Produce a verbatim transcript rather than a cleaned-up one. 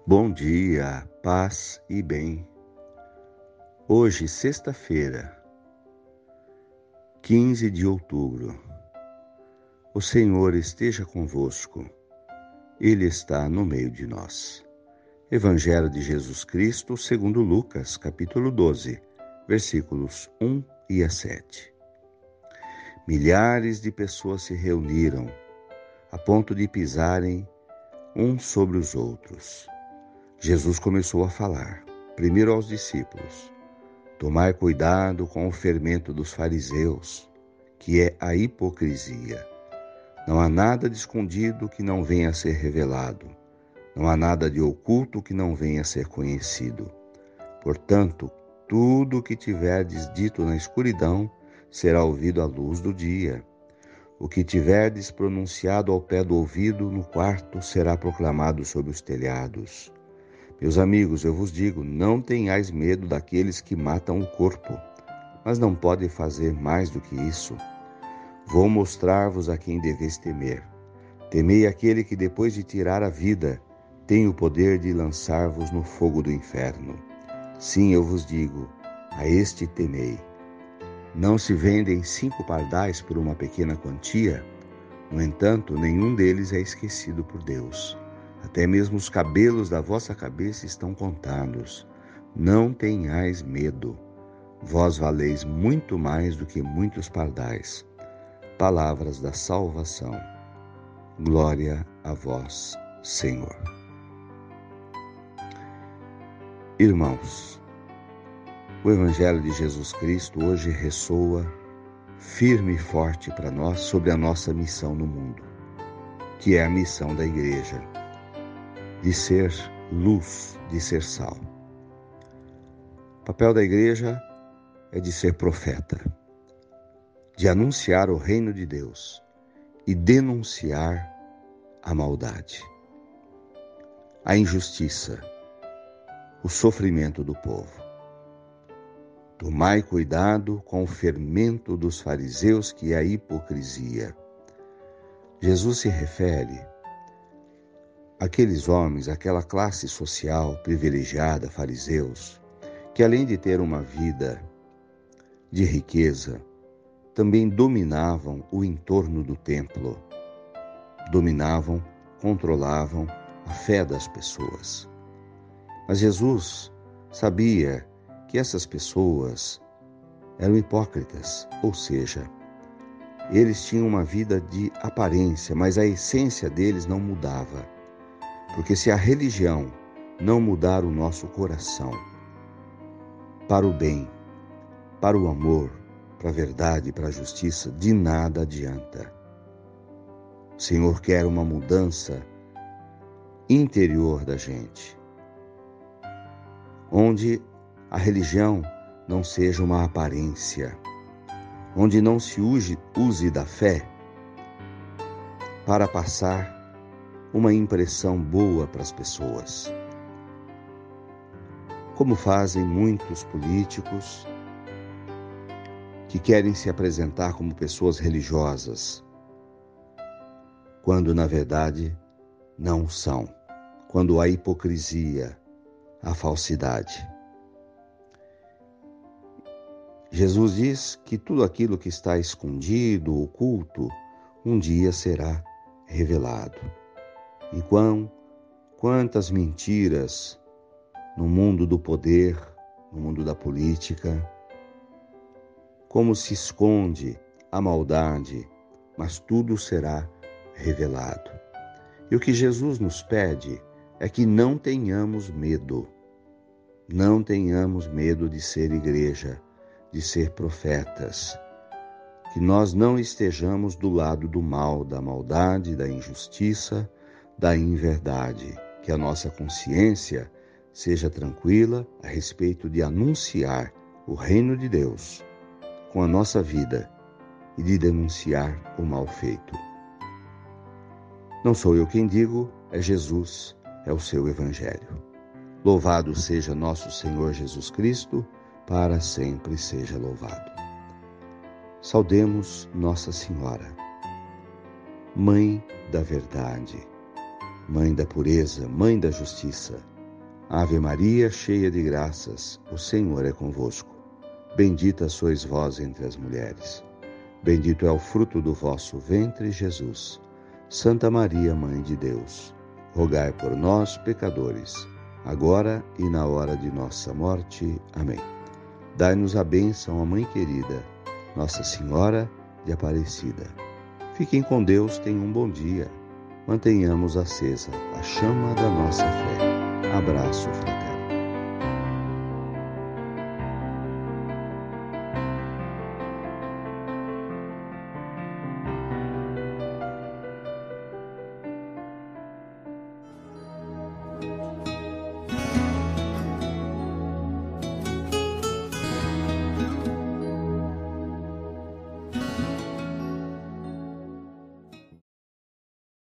Bom dia, paz e bem. Hoje, sexta-feira, quinze de outubro. O Senhor esteja convosco. Ele está no meio de nós. Evangelho de Jesus Cristo, segundo Lucas, capítulo doze, versículos um e a sete. Milhares de pessoas se reuniram, a ponto de pisarem uns sobre os outros. Jesus começou a falar, primeiro aos discípulos: tomai cuidado com o fermento dos fariseus, que é a hipocrisia. Não há nada de escondido que não venha a ser revelado. Não há nada de oculto que não venha a ser conhecido. Portanto, tudo o que tiverdes dito na escuridão será ouvido à luz do dia. O que tiverdes pronunciado ao pé do ouvido no quarto será proclamado sobre os telhados. Meus amigos, eu vos digo, não tenhais medo daqueles que matam o corpo, mas não podem fazer mais do que isso. Vou mostrar-vos a quem deveis temer. Temei aquele que, depois de tirar a vida, tem o poder de lançar-vos no fogo do inferno. Sim, eu vos digo, a este temei. Não se vendem cinco pardais por uma pequena quantia? No entanto, nenhum deles é esquecido por Deus. Até mesmo os cabelos da vossa cabeça estão contados. Não tenhais medo. Vós valeis muito mais do que muitos pardais. Palavras da salvação. Glória a vós, Senhor. Irmãos, o Evangelho de Jesus Cristo hoje ressoa firme e forte para nós sobre a nossa missão no mundo, que é a missão da Igreja, de ser luz, de ser sal. O papel da Igreja é de ser profeta, de anunciar o reino de Deus e denunciar a maldade, a injustiça, o sofrimento do povo. Tomai cuidado com o fermento dos fariseus, que é a hipocrisia. Jesus se refere àqueles homens, àquela classe social privilegiada, fariseus, que além de ter uma vida de riqueza, também dominavam o entorno do templo, dominavam, controlavam a fé das pessoas. Mas Jesus sabia que essas pessoas eram hipócritas, ou seja, eles tinham uma vida de aparência, mas a essência deles não mudava. Porque se a religião não mudar o nosso coração para o bem, para o amor, para a verdade, para a justiça, de nada adianta. O Senhor quer uma mudança interior da gente, onde a religião não seja uma aparência, onde não se use, use da fé para passar uma impressão boa para as pessoas, como fazem muitos políticos que querem se apresentar como pessoas religiosas, quando na verdade não são, quando há hipocrisia, há falsidade. Jesus diz que tudo aquilo que está escondido, oculto, um dia será revelado. E quão, quantas mentiras no mundo do poder, no mundo da política, como se esconde a maldade, mas tudo será revelado. E o que Jesus nos pede é que não tenhamos medo, não tenhamos medo de ser igreja, de ser profetas, que nós não estejamos do lado do mal, da maldade, da injustiça, da inverdade, que a nossa consciência seja tranquila a respeito de anunciar o reino de Deus com a nossa vida e de denunciar o mal feito. Não sou eu quem digo, é Jesus, é o seu Evangelho. Louvado seja nosso Senhor Jesus Cristo, para sempre seja louvado. Saudemos Nossa Senhora, Mãe da Verdade, Mãe da Pureza, Mãe da Justiça, Ave Maria, cheia de graças, o Senhor é convosco. Bendita sois vós entre as mulheres. Bendito é o fruto do vosso ventre, Jesus. Santa Maria, Mãe de Deus, rogai por nós, pecadores, agora e na hora de nossa morte. Amém. Dai-nos a bênção, a Mãe querida, Nossa Senhora de Aparecida. Fiquem com Deus, tenham um bom dia. Mantenhamos acesa a chama da nossa fé. Abraço fraterno.